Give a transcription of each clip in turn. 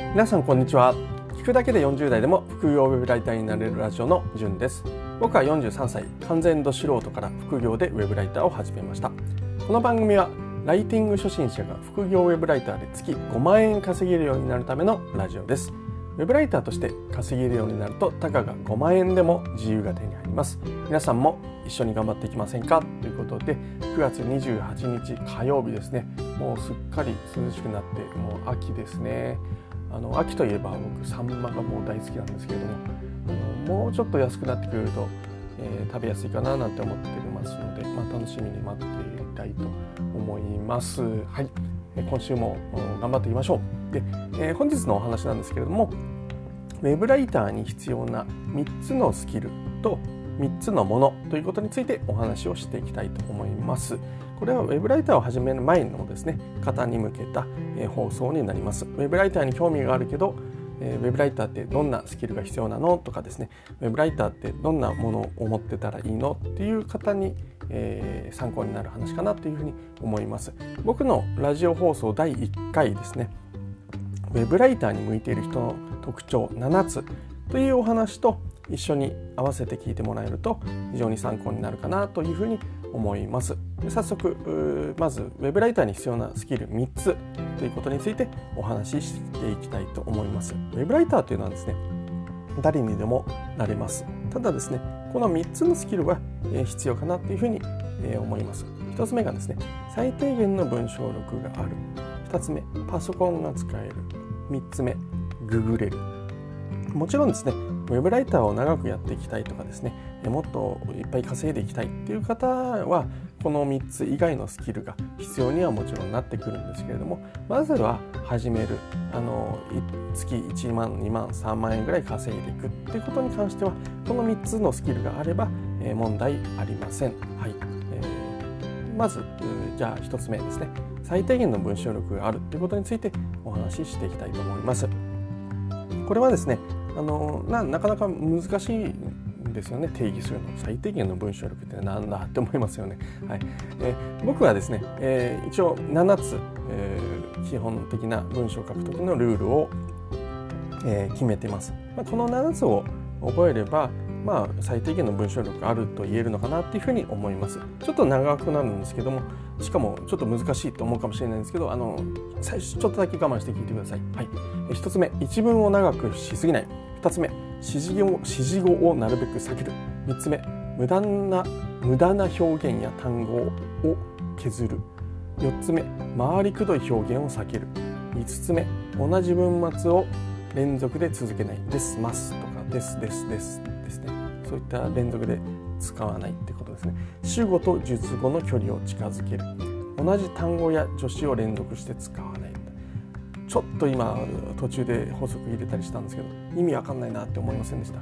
皆さんこんにちは。聞くだけで40代でも副業ウェブライターになれるラジオのじゅんです。僕は43歳、完全度素人から副業でウェブライターを始めました。この番組はライティング初心者が副業ウェブライターで月5万円稼げるようになるためのラジオです。ウェブライターとして稼げるようになるとたかが5万円でも自由が手に入ります。皆さんも一緒に頑張っていきませんかということで、9月28日火曜日ですね。もうすっかり涼しくなってもう秋ですね。秋といえば僕サンマがもう大好きなんですけれども、もうちょっと安くなってくれると、食べやすいかななんて思ってますので、楽しみに待っていたいと思います。はい、今週も頑張っていきましょう。で、本日のお話なんですけれども、ウェブライターに必要な3つのスキルと3つのものということについてお話をしていきたいと思います。これはウェブライターを始める前のですね、方に向けた放送になります。ウェブライターに興味があるけど、ウェブライターってどんなスキルが必要なのとかですね、ウェブライターってどんなものを持ってたらいいのっていう方に、参考になる話かなというふうに思います。僕のラジオ放送第1回ですね、ウェブライターに向いている人の特徴7つというお話と一緒に合わせて聞いてもらえると非常に参考になるかなというふうに思います。で、早速まずウェブライターに必要なスキル3つということについてお話ししていきたいと思います。ウェブライターというのはですね、誰にでもなれます。ただですね、この3つのスキルは必要かなというふうに思います。1つ目がですね、最低限の文章力がある。2つ目、パソコンが使える。3つ目、ググれる。もちろんですね、ウェブライターを長くやっていきたいとかですね、もっといっぱい稼いでいきたいっていう方はこの3つ以外のスキルが必要にはもちろんなってくるんですけれども、まずは始める月1万2万3万円ぐらい稼いでいくっていうことに関してはこの3つのスキルがあれば問題ありません。はい、まずじゃあ1つ目ですね、最低限の文章力があるということについてお話ししていきたいと思います。これはですね、なかなか難しいんですよね。定義するの最低限の文章力ってなんだって思いますよね。はい、僕はですね、一応7つ、基本的な文章を書く時のルールを、決めてます。この7つを覚えれば最低限の文章力があると言えるのかなっていうふうに思います。ちょっと長くなるんですけども、しかもちょっと難しいと思うかもしれないんですけど、最初ちょっとだけ我慢して聞いてください。はい、1つ目、一文を長くしすぎない。2つ目、指示語をなるべく避ける。3つ目、無駄な表現や単語を削る。4つ目、回りくどい表現を避ける。5つ目、同じ文末を連続で続けない。ですますとかですですですですね。そういった連続で使わないってことですね。主語と述語の距離を近づける。同じ単語や助詞を連続して使わない。ちょっと今途中で法則入れたりしたんですけど、意味わかんないなって思いませんでした。はい、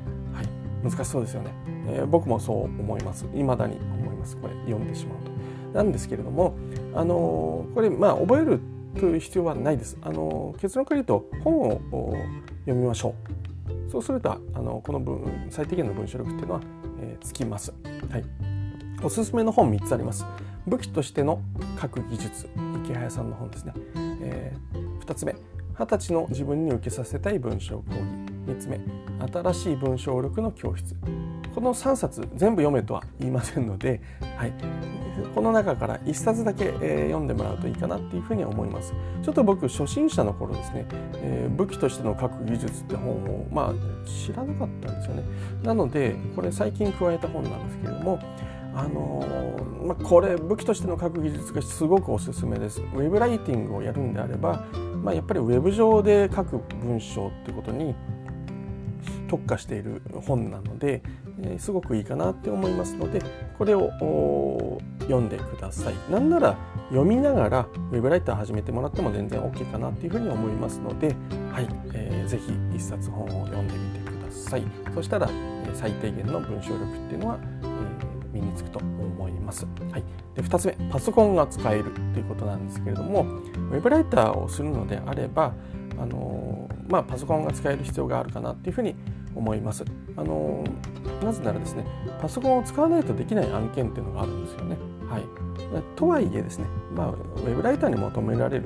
難しそうですよね。僕もそう思います。未だに思います。これ読んでしまうと。なんですけれども、これ覚えるという必要はないです。結論から言うと本を読みましょう。そうするとこの最低限の文章力っていうのは、つきます。はい、おすすめの本3つあります。武器としての書く技術、池早さんの本ですね。2つ目、20歳の自分に受けさせたい文章講義。3つ目、新しい文章力の教室。この3冊全部読めとは言いませんので、はい、この中から1冊だけ、読んでもらうといいかなっていうふうに思います。ちょっと僕初心者の頃ですね、武器としての書く技術って本を知らなかったんですよね。なのでこれ最近加えた本なんですけれども、これ武器としての書く技術がすごくおすすめです。ウェブライティングをやるんであれば、やっぱりウェブ上で書く文章ってことに特化している本なので、すごくいいかなって思いますので、これを読んでください。なんなら読みながらウェブライター始めてもらっても全然 OK かなっていうふうに思いますので、はい、ぜひ一冊本を読んでみてください。そしたら最低限の文章力っていうのは身につくと思います。はい、で2つ目、パソコンが使えるということなんですけれども、ウェブライターをするのであればパソコンが使える必要があるかなっていうふうに思います。なぜならですね、パソコンを使わないとできない案件っていうのがあるんですよね。はい、とはいえですね、ウェブライターに求められる、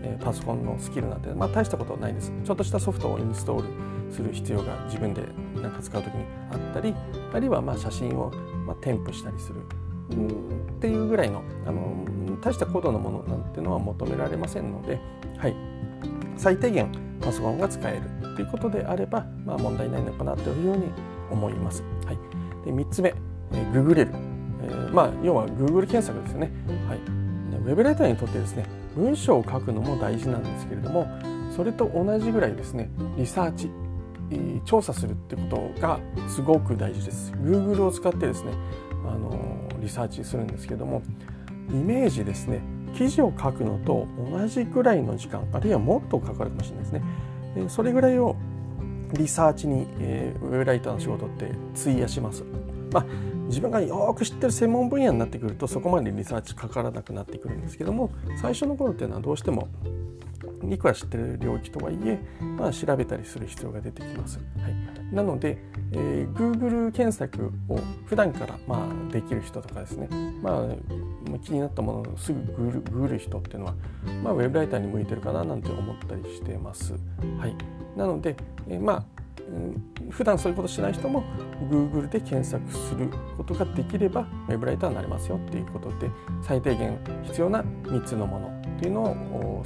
パソコンのスキルなんて、大したことはないです。ちょっとしたソフトをインストールする必要が自分で使うときにあったり、あるいは写真を添付したりするっていうぐらいの、大した高度なものなんていうのは求められませんので、最低限パソコンが使えるということであれば、問題ないのかなというふうに思います。で3つ目、ググれる、要は Google 検索ですよね。ウェブライターにとってですね、文章を書くのも大事なんですけれども、それと同じぐらいですね、リサーチ、調査するってことがすごく大事です。 Google を使ってですね、リサーチするんですけども、イメージですね、記事を書くのと同じぐらいの時間、あるいはもっとかかるかもしれないですね。それぐらいをリサーチに、ウェブライターの仕事って費やします。自分がよく知ってる専門分野になってくるとそこまでリサーチかからなくなってくるんですけども、最初の頃っていうのはどうしてもいくら知ってる領域とはいえ、調べたりする必要が出てきます。なので、Google 検索を普段からできる人とかですね、気になったものをすぐググる人っていうのは、ウェブライターに向いてるかななんて思ったりしています。なので、普段そういうことしない人も Google で検索することができればウェブライターになれますよっていうことで、最低限必要な3つのものっていうのを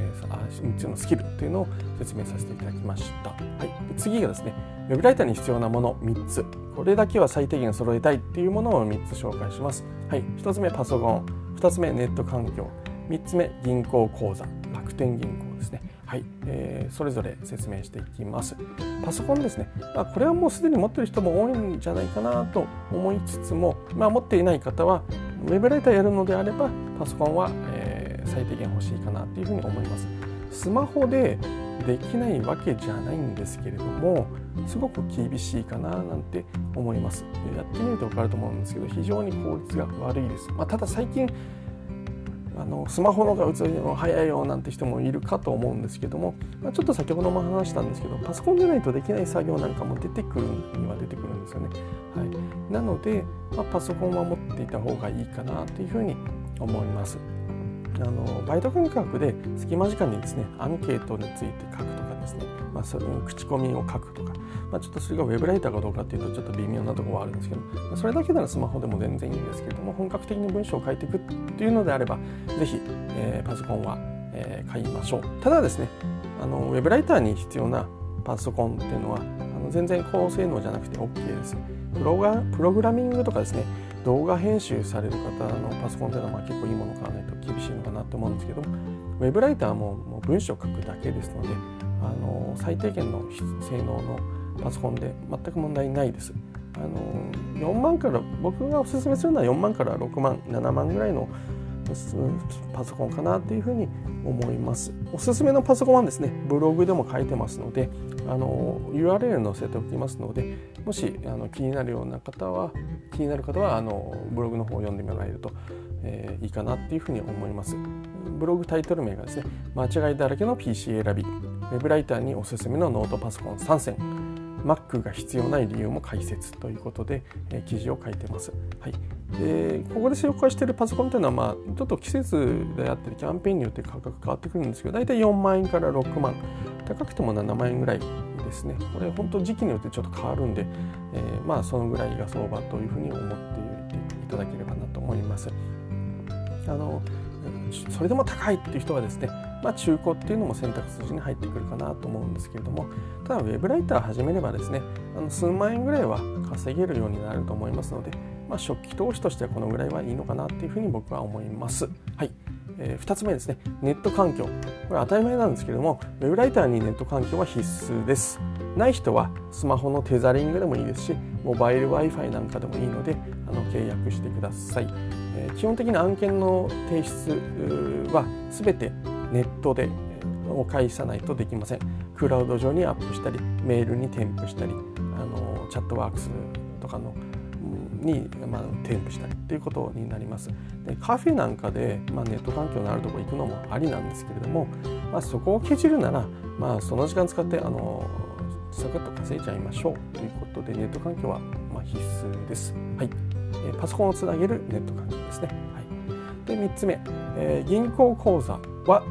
3つのスキルっていうのを説明させていただきました。次がですね、ウェブライターに必要なもの3つ、これだけは最低限揃えたいっていうものを3つ紹介します。1つ目パソコン、2つ目ネット環境、3つ目銀行口座、楽天銀行ですね。それぞれ説明していきます。パソコンですね、これはもうすでに持っている人も多いんじゃないかなと思いつつも、持っていない方はウェブライターやるのであればパソコンは、最低限欲しいかなというふうに思います。スマホでできないわけじゃないんですけれども、すごく厳しいかななんて思います。やってみると分かると思うんですけど、非常に効率が悪いです。ただ最近スマホの方が打つの早いよなんて人もいるかと思うんですけども、ちょっと先ほども話したんですけど、パソコンでないとできない作業なんかも出てくるには出てくるんですよね。なので、パソコンは持っていた方がいいかなというふうに思います。バイト感覚で隙間時間にですね、アンケートについて書くとかですね、口コミを書くとか、ちょっとそれがウェブライターかどうかっていうとちょっと微妙なところはあるんですけど、それだけならスマホでも全然いいんですけれども、本格的に文章を書いていくっていうのであればぜひ、パソコンは、買いましょう。ただですね、ウェブライターに必要なパソコンっていうのは全然高性能じゃなくて OK です。プログラミングとかですね、動画編集される方のパソコンというのは結構いいものを買わないと厳しいのかなと思うんですけど、ウェブライターももう文章を書くだけですので、最低限の性能のパソコンで全く問題ないです。4万から、僕がおすすめするのは4万から6万7万ぐらいのパソコンかなというふうに思います。おすすめのパソコンはですね、ブログでも書いてますので、URL 載せておきますので、もし気になる方はブログの方を読んでもらえると、いいかなっていうふうに思います。ブログタイトル名がですね、間違いだらけの PC 選び、ウェブライターにおすすめのノートパソコン3選、Mac が必要ない理由も解説ということで、記事を書いてます。でここで紹介しているパソコンというのは、ちょっと季節であったりキャンペーンによって価格変わってくるんですけど、だいたい4万円から6万、高くても7万円ぐらいですね。これ本当時期によってちょっと変わるんで、そのぐらいが相場というふうに思っていただければなと思います。それでも高いっていう人はですね、中古っていうのも選択肢に入ってくるかなと思うんですけれども、ただウェブライター始めればですね、数万円ぐらいは稼げるようになると思いますので、初期投資としてはこのぐらいはいいのかなというふうに僕は思います。2つ目ですね、ネット環境。これ当たり前なんですけれども、ウェブライターにネット環境は必須です。ない人はスマホのテザリングでもいいですし、モバイル Wi-Fi なんかでもいいので契約してください。基本的な案件の提出は全てネットで介さないとできません。クラウド上にアップしたり、メールに添付したり、チャットワークスとかのに添付したりということになります。でカフェなんかで、ネット環境のあるところ行くのもありなんですけれども、そこをけじるなら、その時間使ってサクッと稼いじゃいましょうということで、ネット環境は必須です。パソコンをつなげるネット環境ですね。で3つ目、銀行口座は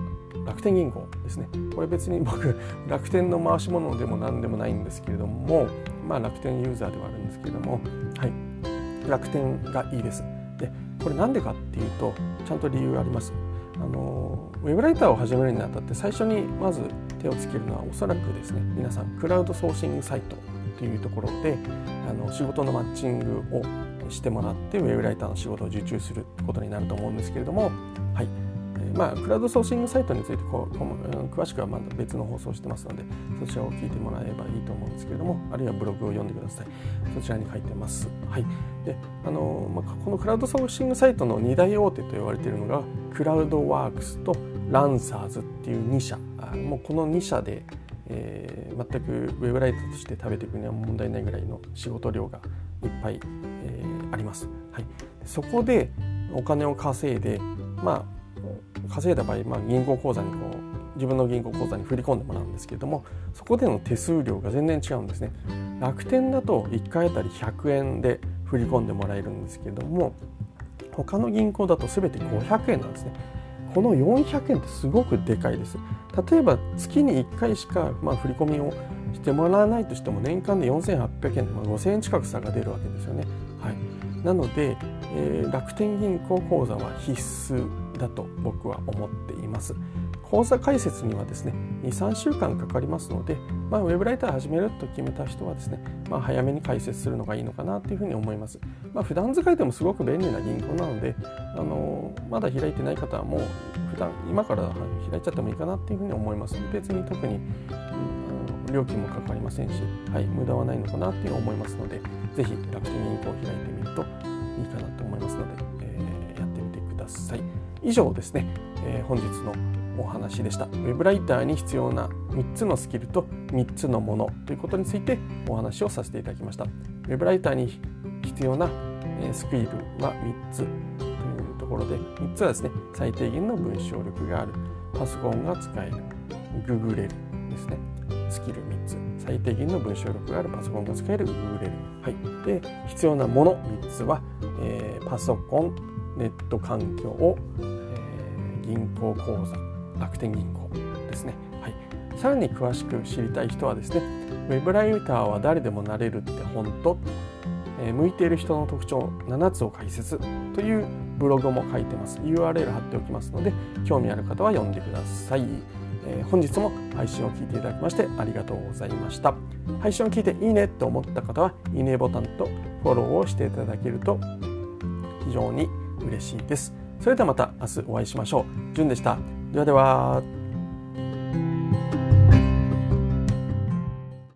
楽天銀行ですね。これ別に僕楽天の回し物でも何でもないんですけれども、楽天ユーザーではあるんですけれども、はい、楽天がいいです。でこれなんでかっていうとちゃんと理由があります。ウェブライターを始めるにあたって最初にまず手をつけるのはおそらくですね、皆さんクラウドソーシングサイトというところで仕事のマッチングをしてもらってウェブライターの仕事を受注することになると思うんですけれども、はい、クラウドソーシングサイトについて詳しくはまだ別の放送をしてますので、そちらを聞いてもらえばいいと思うんですけれども、あるいはブログを読んでください。そちらに書いてます。はい、でこのクラウドソーシングサイトの2大大手と言われているのがクラウドワークスとランサーズっていう2社、もうこの2社で、全くウェブライターとして食べていくには問題ないぐらいの仕事量がいっぱい、あります。はい、そこでお金を稼いで、稼いだ場合、銀行口座に自分の銀行口座に振り込んでもらうんですけれども、そこでの手数料が全然違うんですね。楽天だと1回あたり100円で振り込んでもらえるんですけれども、他の銀行だと全て500円なんですね。この400円ってすごくでかいです。例えば月に1回しか振り込みをしてもらわないとしても年間で4800円、5000円近く差が出るわけですよね。はい、なので、楽天銀行口座は必須だと僕は思っています。口座開設にはですね 2,3 週間かかりますので、ウェブライター始めると決めた人はですね、早めに開設するのがいいのかなというふうに思います。普段使いでもすごく便利な銀行なので、まだ開いてない方はもう今から開いちゃってもいいかなというふうに思います。別に特に、料金もかかりませんし、無駄はないのかなという思いますので、ぜひ楽天銀行を開いてみるといいかなと思いますので、やってみてください。以上ですね、本日のお話でした。ウェブライターに必要な3つのスキルと3つのものということについてお話をさせていただきました。ウェブライターに必要なスキルは3つというところで、3つはですね、最低限の文章力がある、パソコンが使える、ググれるですね。スキル3つ、最低限の文章力がある、パソコンが使える、ググれる。はい。で、必要なもの3つは、パソコン、ネット環境、銀行口座、楽天銀行ですね。はい。さらに詳しく知りたい人はですね、ウェブライターは誰でもなれるって本当、向いている人の特徴7つを解説というブログも書いてます。URL 貼っておきますので、興味ある方は読んでください。本日も配信を聞いていただきましてありがとうございました。配信を聞いていいねと思った方は、いいねボタンとフォローをしていただけると非常に嬉しいです。それではまた明日お会いしましょう。じゅんでした。ではでは。